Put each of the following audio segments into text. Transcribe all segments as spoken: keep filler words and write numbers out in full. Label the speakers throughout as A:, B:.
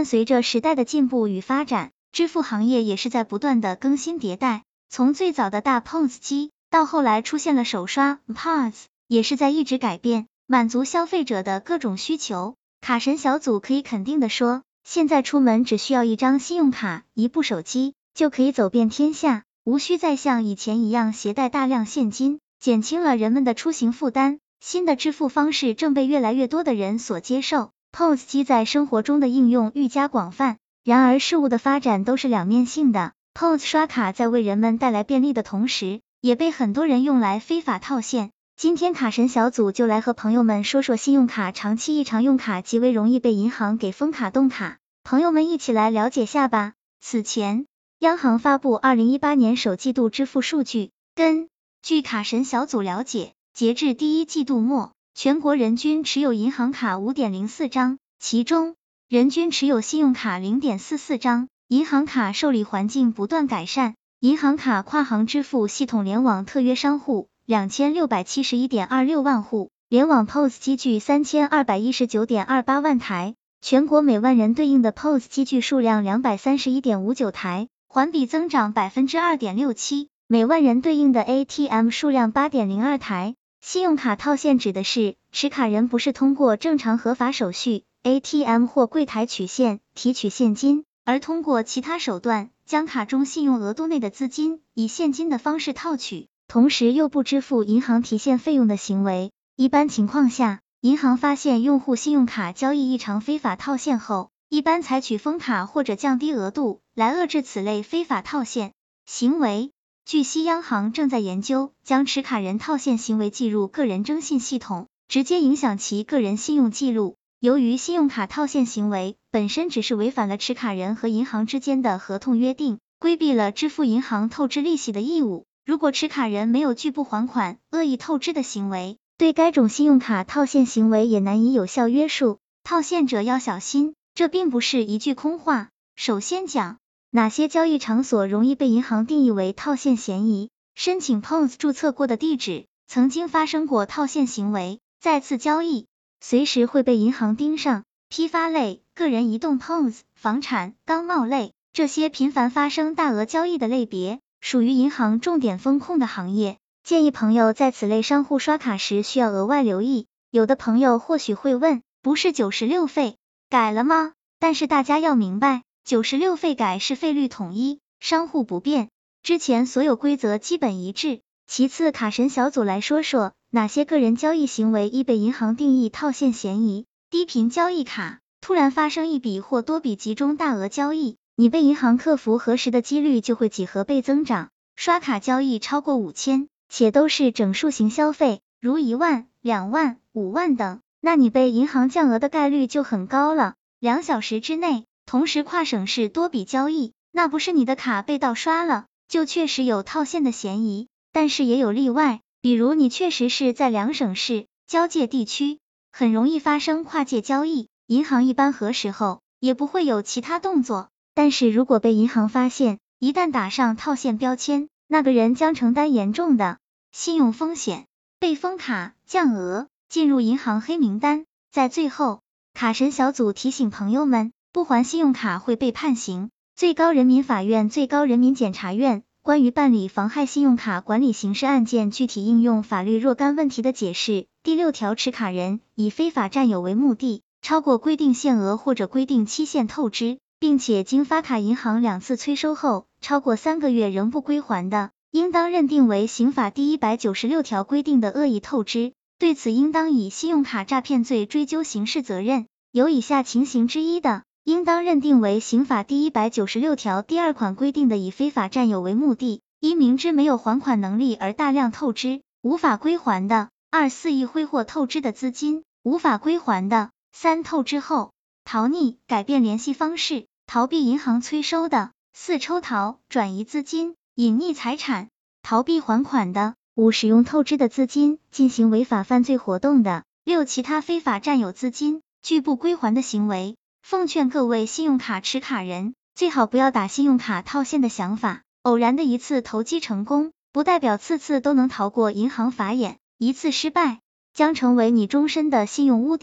A: 随着时代的进步与发展，支付行业也是在不断的更新迭代，从最早的大 P O S 机，到后来出现了手刷 P O S， 也是在一直改变，满足消费者的各种需求。卡神小组可以肯定的说，现在出门只需要一张信用卡，一部手机，就可以走遍天下，无需再像以前一样携带大量现金，减轻了人们的出行负担。新的支付方式正被越来越多的人所接受， P O S 机在生活中的应用愈加广泛。然而事物的发展都是两面性的， P O S 刷卡在为人们带来便利的同时，也被很多人用来非法套现。今天卡神小组就来和朋友们说说信用卡长期异常用卡极为容易被银行给封卡冻卡，朋友们一起来了解下吧。此前，央行发布二零一八年首季度支付数据，根据卡神小组了解，截至第一季度末，全国人均持有银行卡 五点零四张，其中人均持有信用卡 零点四四张，银行卡受理环境不断改善，银行卡跨行支付系统联网特约商户 两千六百七十一点二六万户，联网 P O S 机具 三千二百一十九点二八万台，全国每万人对应的 P O S 机具数量 两百三十一点五九台，环比增长 百分之二点六七， 每万人对应的 A T M 数量 八点零二台。信用卡套现指的是，持卡人不是通过正常合法手续 A T M 或柜台取现提取现金，而通过其他手段将卡中信用额度内的资金以现金的方式套取，同时又不支付银行提现费用的行为。一般情况下，银行发现用户信用卡交易异常非法套现后，一般采取封卡或者降低额度来遏制此类非法套现行为。据悉，央行正在研究将持卡人套现行为记入个人征信系统，直接影响其个人信用记录。由于信用卡套现行为本身只是违反了持卡人和银行之间的合同约定，规避了支付银行透支利息的义务，如果持卡人没有拒不还款、恶意透支的行为，对该种信用卡套现行为也难以有效约束。套现者要小心，这并不是一句空话。首先讲，哪些交易场所容易被银行定义为套现嫌疑？申请 P O S 注册过的地址，曾经发生过套现行为，再次交易，随时会被银行盯上。批发类、个人移动 P O S、房产、钢贸类，这些频繁发生大额交易的类别，属于银行重点风控的行业。建议朋友在此类商户刷卡时需要额外留意。有的朋友或许会问，不是九十六费改了吗？但是大家要明白，九十六费改是费率统一，商户不变，之前所有规则基本一致。其次，卡神小组来说说哪些个人交易行为易被银行定义套现嫌疑。低频交易卡，突然发生一笔或多笔集中大额交易，你被银行客服核实的几率就会几何倍增长。刷卡交易超过五千，且都是整数型消费，如一万、两万、五万等，那你被银行降额的概率就很高了。两小时之内同时跨省市多笔交易，那不是你的卡被盗刷了，就确实有套现的嫌疑。但是也有例外，比如你确实是在两省市交界地区，很容易发生跨界交易，银行一般核实后也不会有其他动作。但是如果被银行发现，一旦打上套现标签，那个人将承担严重的信用风险，被封卡、降额，进入银行黑名单。在最后，卡神小组提醒朋友们，不还信用卡会被判刑。最高人民法院、最高人民检察院关于办理妨害信用卡管理刑事案件具体应用法律若干问题的解释第六条，持卡人以非法占有为目的，超过规定限额或者规定期限透支，并且经发卡银行两次催收后，超过三个月仍不归还的，应当认定为刑法第一百九十六条规定的恶意透支，对此应当以信用卡诈骗罪追究刑事责任。有以下情形之一的，应当认定为刑法第一百九十六条第二款规定的以非法占有为目的，因明知没有还款能力而大量透支，无法归还的；二、肆意挥霍透支的资金，无法归还的；三、透支后逃匿、改变联系方式，逃避银行催收的；四、抽逃、转移资金、隐匿财产，逃避还款的；五、使用透支的资金进行违法犯罪活动的；六、其他非法占有资金拒不归还的行为。奉劝各位信用卡持卡人，最好不要打信用卡套现的想法，偶然的一次投机成功，不代表次次都能逃过银行法眼，一次失败将成为你终身的信用污点。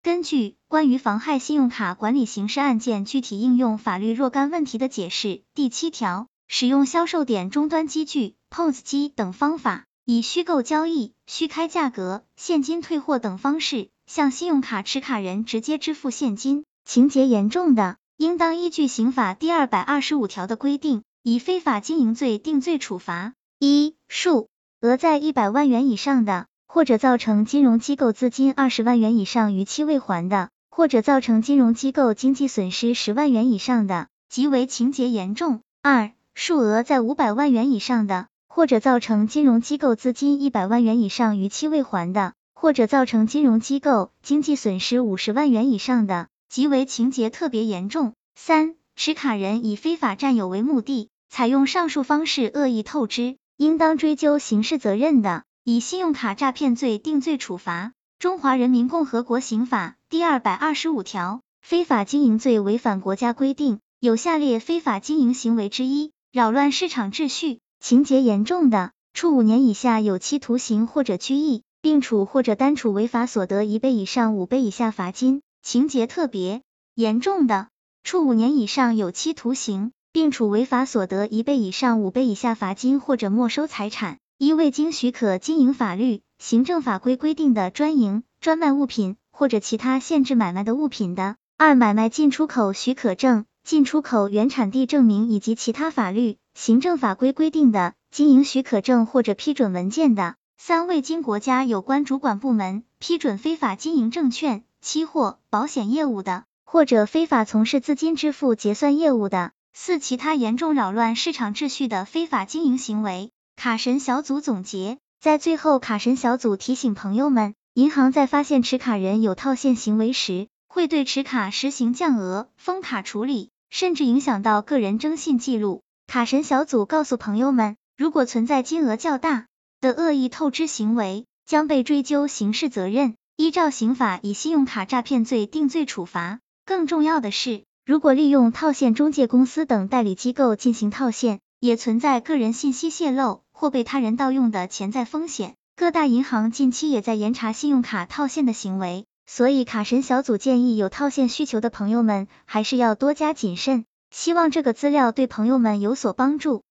A: 根据《关于妨害信用卡管理刑事案件具体应用法律若干问题的解释》第七条，使用销售点终端机具、P O S 机等方法，以虚构交易、虚开价格、现金退货等方式，向信用卡持卡人直接支付现金，情节严重的，应当依据刑法第二百二十五条的规定，以非法经营罪定罪处罚。一、数额在一百万元以上的，或者造成金融机构资金二十万元以上逾期未还的，或者造成金融机构经济损失十万元以上的，即为情节严重。二、数额在五百万元以上的，或者造成金融机构资金一百万元以上逾期未还的，或者造成金融机构经济损失五十万元以上的，即为情节特别严重。三、持卡人以非法占有为目的，采用上述方式恶意透支，应当追究刑事责任的，以信用卡诈骗罪定罪处罚。中华人民共和国刑法第二百二十五条，非法经营罪违反国家规定，有下列非法经营行为之一，扰乱市场秩序，情节严重的，处五年以下有期徒刑或者拘役，并处或者单处违法所得一倍以上五倍以下罚金；情节特别严重的，处五年以上有期徒刑，并处违法所得一倍以上五倍以下罚金或者没收财产。一、未经许可经营法律、行政法规规定的专营、专卖物品或者其他限制买卖的物品的；二、买卖进出口许可证、进出口原产地证明以及其他法律、行政法规规定的经营许可证或者批准文件的；三、未经国家有关主管部门批准非法经营证券、期货、保险业务的，或者非法从事资金支付结算业务的；四、其他严重扰乱市场秩序的非法经营行为。卡神小组总结，在最后，卡神小组提醒朋友们，银行在发现持卡人有套现行为时，会对持卡实行降额、封卡处理，甚至影响到个人征信记录。卡神小组告诉朋友们，如果存在金额较大的恶意透支行为，将被追究刑事责任，依照刑法以信用卡诈骗罪定罪处罚。更重要的是，如果利用套现中介公司等代理机构进行套现，也存在个人信息泄露或被他人盗用的潜在风险。各大银行近期也在严查信用卡套现的行为，所以卡神小组建议有套现需求的朋友们还是要多加谨慎。希望这个资料对朋友们有所帮助。